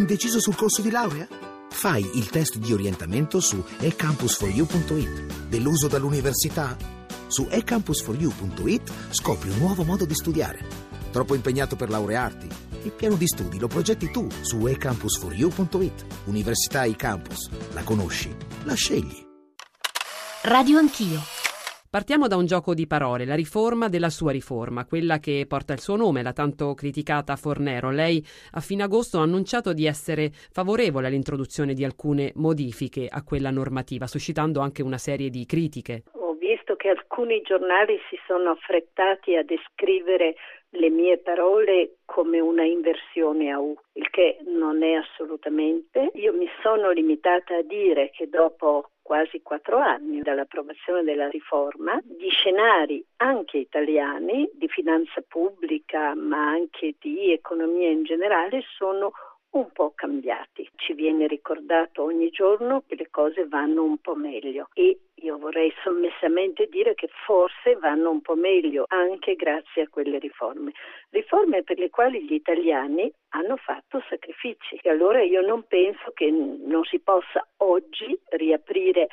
Indeciso sul corso di laurea? Fai il test di orientamento su ecampus4u.it. Deluso dall'università? Su ecampus4u.it scopri un nuovo modo di studiare. Troppo impegnato per laurearti? Il piano di studi lo progetti tu su ecampus4u.it. Università eCampus. La conosci? La scegli. Radio Anch'io. Partiamo da un gioco di parole, la riforma della sua riforma, quella che porta il suo nome, la tanto criticata Fornero. Lei a fine agosto ha annunciato di essere favorevole all'introduzione di alcune modifiche a quella normativa, suscitando anche una serie di critiche. Ho visto che alcuni giornali si sono affrettati a descrivere le mie parole come una inversione a U, il che non è assolutamente. Io mi sono limitata a dire che dopo quasi 4 anni dall'approvazione della riforma, gli scenari anche italiani di finanza pubblica ma anche di economia in generale sono un po' cambiati. Ci viene ricordato ogni giorno che le cose vanno un po' meglio e io vorrei sommessamente dire che forse vanno un po' meglio anche grazie a quelle riforme per le quali gli italiani hanno fatto sacrifici. E allora io non penso che non si possa oggi riaprire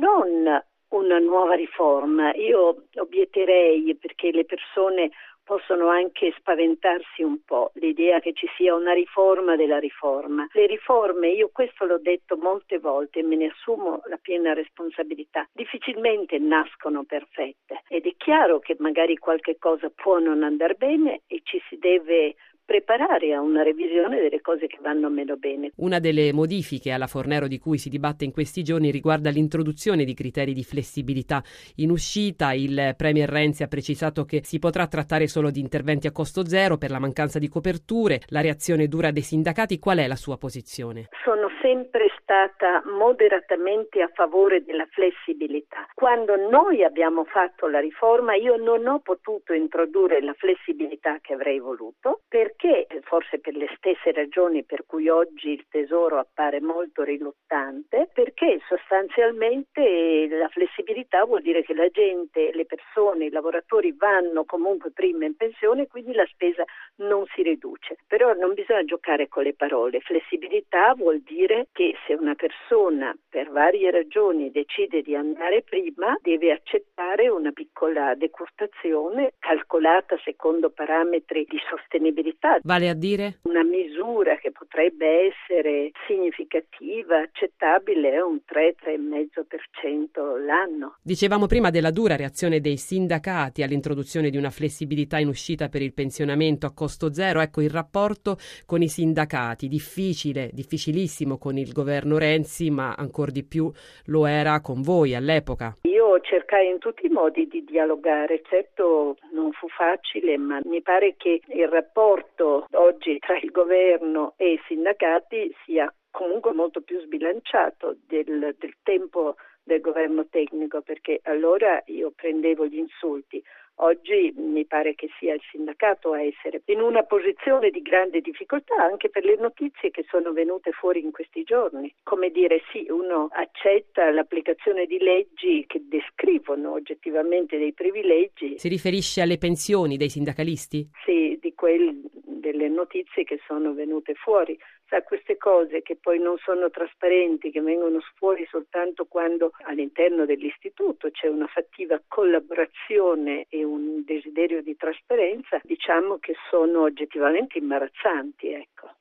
non una nuova riforma. Io obietterei, perché le persone possono anche spaventarsi un po', l'idea che ci sia una riforma della riforma. Le riforme, io questo l'ho detto molte volte e me ne assumo la piena responsabilità, difficilmente nascono perfette ed è chiaro che magari qualche cosa può non andare bene e ci si deve preparare a una revisione delle cose che vanno meno bene. Una delle modifiche alla Fornero di cui si dibatte in questi giorni riguarda l'introduzione di criteri di flessibilità in uscita. Il Premier Renzi ha precisato che si potrà trattare solo di interventi a costo zero per la mancanza di coperture. La reazione dura dei sindacati. Qual è la sua posizione? Sono sempre stata moderatamente a favore della flessibilità. Quando noi abbiamo fatto la riforma io non ho potuto introdurre la flessibilità che avrei voluto perché, forse per le stesse ragioni per cui oggi il Tesoro appare molto riluttante, perché sostanzialmente la flessibilità vuol dire che la gente, le persone, i lavoratori vanno comunque prima in pensione, quindi la spesa non si riduce. Però non bisogna giocare con le parole. Flessibilità vuol dire che se una persona per varie ragioni decide di andare prima, deve accettare una piccola decurtazione calcolata secondo parametri di sostenibilità. Vale a dire? Una misura che potrebbe essere significativa, accettabile, è un 3-3,5% l'anno. Dicevamo prima della dura reazione dei sindacati all'introduzione di una flessibilità in uscita per il pensionamento a costo zero. Ecco il rapporto con i sindacati, difficilissimo con il governo Renzi, ma ancor di più lo era con voi all'epoca. Io cercai in tutti i modi di dialogare, certo non fu facile, ma mi pare che il rapporto oggi tra il governo e i sindacati sia comunque molto più sbilanciato del tempo del governo tecnico, perché allora io prendevo gli insulti. Oggi mi pare che sia il sindacato a essere in una posizione di grande difficoltà anche per le notizie che sono venute fuori in questi giorni. Come dire, sì, uno accetta l'applicazione di leggi che descrivono oggettivamente dei privilegi. Si riferisce alle pensioni dei sindacalisti? Sì, delle notizie che sono venute fuori. Sa, queste cose che poi non sono trasparenti, che vengono fuori soltanto quando all'interno dell'istituto c'è una fattiva collaborazione e un desiderio di trasparenza, diciamo che sono oggettivamente imbarazzanti, ecco.